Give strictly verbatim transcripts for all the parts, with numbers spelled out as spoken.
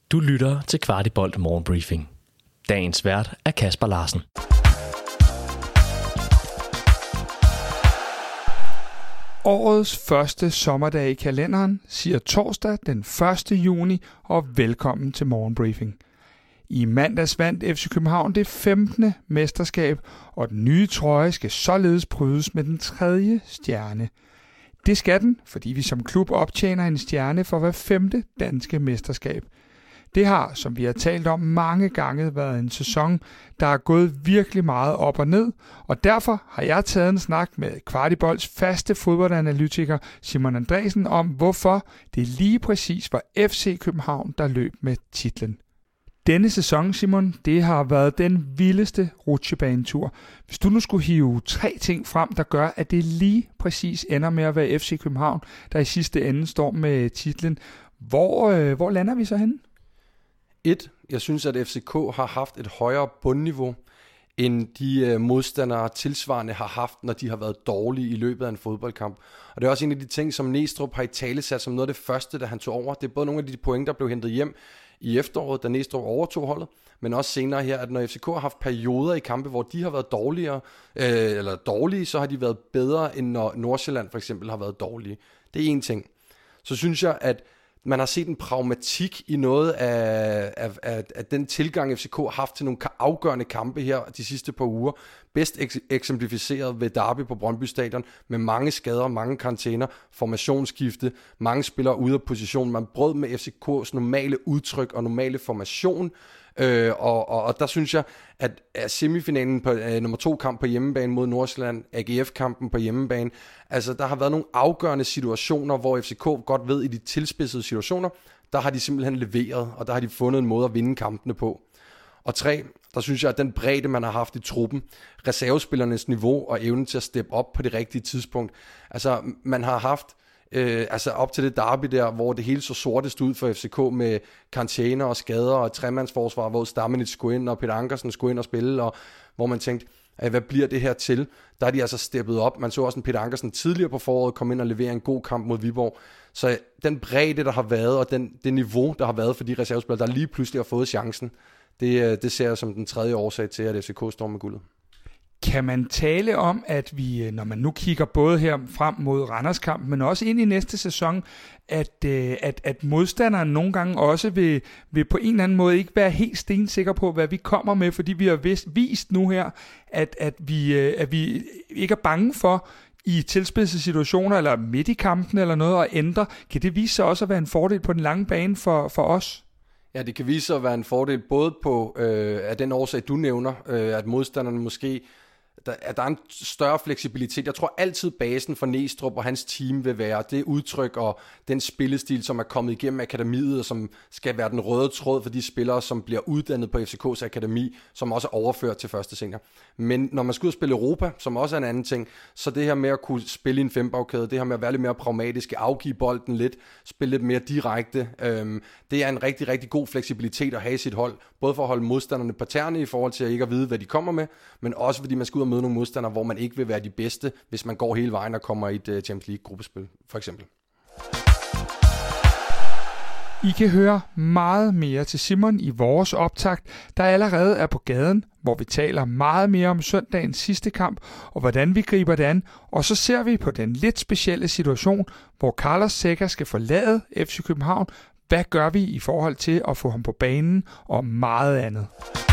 Du lytter til Kvartibolt Morgenbriefing. Dagens vært er Kasper Larsen. Årets første sommerdag i kalenderen siger torsdag den første juni, og velkommen til Morgenbriefing. I mandags vandt F C København det femtende mesterskab, og den nye trøje skal således prydes med den tredje stjerne. Det skal den, fordi vi som klub optjener en stjerne for hver femte danske mesterskab. Det har, som vi har talt om mange gange, været en sæson, der er gået virkelig meget op og ned, og derfor har jeg taget en snak med Kvartibolts faste fodboldanalytiker Simon Andresen om, hvorfor det lige præcis var F C København, der løb med titlen. Denne sæson, Simon, det har været den vildeste rutsjebanetur. Hvis du nu skulle hive tre ting frem, der gør, at det lige præcis ender med at være F C København, der i sidste ende står med titlen, hvor, øh, hvor lander vi så henne? Et, jeg synes, at F C K har haft et højere bundniveau, end de øh, modstandere tilsvarende har haft, når de har været dårlige i løbet af en fodboldkamp. Og det er også en af de ting, som Næstrup har i tale sat som noget af det første, da han tog over. Det er både nogle af de point, der blev hentet hjem i efteråret, da Næstrup overtog holdet, men også senere her, at når F C K har haft perioder i kampe, hvor de har været dårligere, øh, eller dårlige, så har de været bedre, end når Nordsjælland for eksempel har været dårlige. Det er en ting. Så synes jeg, at man har set en pragmatik i noget af, af, af, af den tilgang, F C K har haft til nogle afgørende kampe her de sidste par uger. Bedst eks- eksemplificeret ved Derby på Brøndby Stadion, med mange skader, mange karantæner, formationsskifte, mange spillere ude af position. Man brød med F C K's normale udtryk og normale formation. Øh, og, og, og der synes jeg, at, at semifinalen på øh, nummer to kamp på hjemmebane mod Nordsjælland, A G F-kampen på hjemmebane, altså der har været nogle afgørende situationer, hvor F C K godt ved, i de tilspidsede situationer, der har de simpelthen leveret, og der har de fundet en måde at vinde kampene på. Og tre, der synes jeg, at den bredde, man har haft i truppen, reservespillernes niveau og evnen til at steppe op på det rigtige tidspunkt, altså man har haft Øh, altså op til det derby der, hvor det hele så sortest ud for F C K med karantæner og skader og tremandsforsvar, hvor Stamenic skulle ind og Peter Ankersen skulle ind og spille, og hvor man tænkte, hvad bliver det her til? Der er de altså steppet op. Man så også en Peter Ankersen tidligere på foråret komme ind og levere en god kamp mod Viborg. Så den bredde, der har været, og den, det niveau, der har været for de reservespillere, der lige pludselig har fået chancen, det, det ser jeg som den tredje årsag til, at F C K står med guldet. Kan man tale om, at vi, når man nu kigger både her frem mod Randerskampen, men også ind i næste sæson, at, at, at modstanderen nogle gange også vil, vil på en eller anden måde ikke være helt stensikker på, hvad vi kommer med, fordi vi har vist, vist nu her, at, at, vi, at vi ikke er bange for i tilspidsede situationer, eller midt i kampen eller noget, at ændre. Kan det vise sig også at være en fordel på den lange bane for, for os? Ja, det kan vise sig at være en fordel både på øh, af den årsag, du nævner, øh, at modstanderne måske, der, at der er en større fleksibilitet. Jeg tror altid basen for Næstrup og hans team vil være det udtryk og den spillestil, som er kommet igennem akademiet, og som skal være den røde tråd for de spillere, som bliver uddannet på F C K's akademi, som også er overført til første senior. Men når man skal ud og spille Europa, som også er en anden ting, så det her med at kunne spille i en fembagkæde, det her med at være lidt mere pragmatisk, afgive bolden lidt, spille lidt mere direkte, øhm, det er en rigtig, rigtig god fleksibilitet at have i sit hold, både for at holde modstanderne på tæerne i forhold til at ikke at vide, hvad de kommer med, men også fordi man skal ud og møde nogle modstandere, hvor man ikke vil være de bedste, hvis man går hele vejen og kommer i et uh, Champions League-gruppespil, for eksempel. I kan høre meget mere til Simon i vores optakt, der allerede er på gaden, hvor vi taler meget mere om søndagens sidste kamp, og hvordan vi griber det an, og så ser vi på den lidt specielle situation, hvor Carlos Seca skal forlade F C København. Hvad gør vi i forhold til at få ham på banen, og meget andet.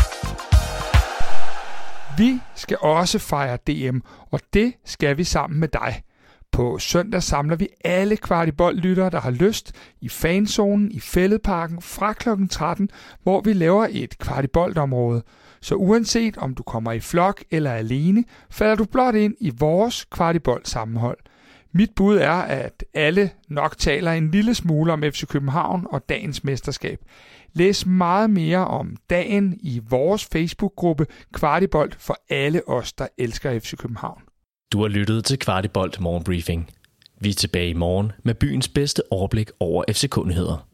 Vi skal også fejre D M, og det skal vi sammen med dig. På søndag samler vi alle Kvartibolt-lyttere, der har lyst, i fanzonen i Fælledparken fra klokken tretten, hvor vi laver et Kvartibolt-område. Så uanset om du kommer i flok eller alene, falder du blot ind i vores Kvartibolt-sammenhold. Mit bud er, at alle nok taler en lille smule om F C København og dagens mesterskab. Læs meget mere om dagen i vores Facebook-gruppe Kvartibolt for alle os, der elsker F C København. Du har lyttet til Kvartibolt Morgenbriefing. Vi er tilbage i morgen med byens bedste overblik over F C K-nyheder.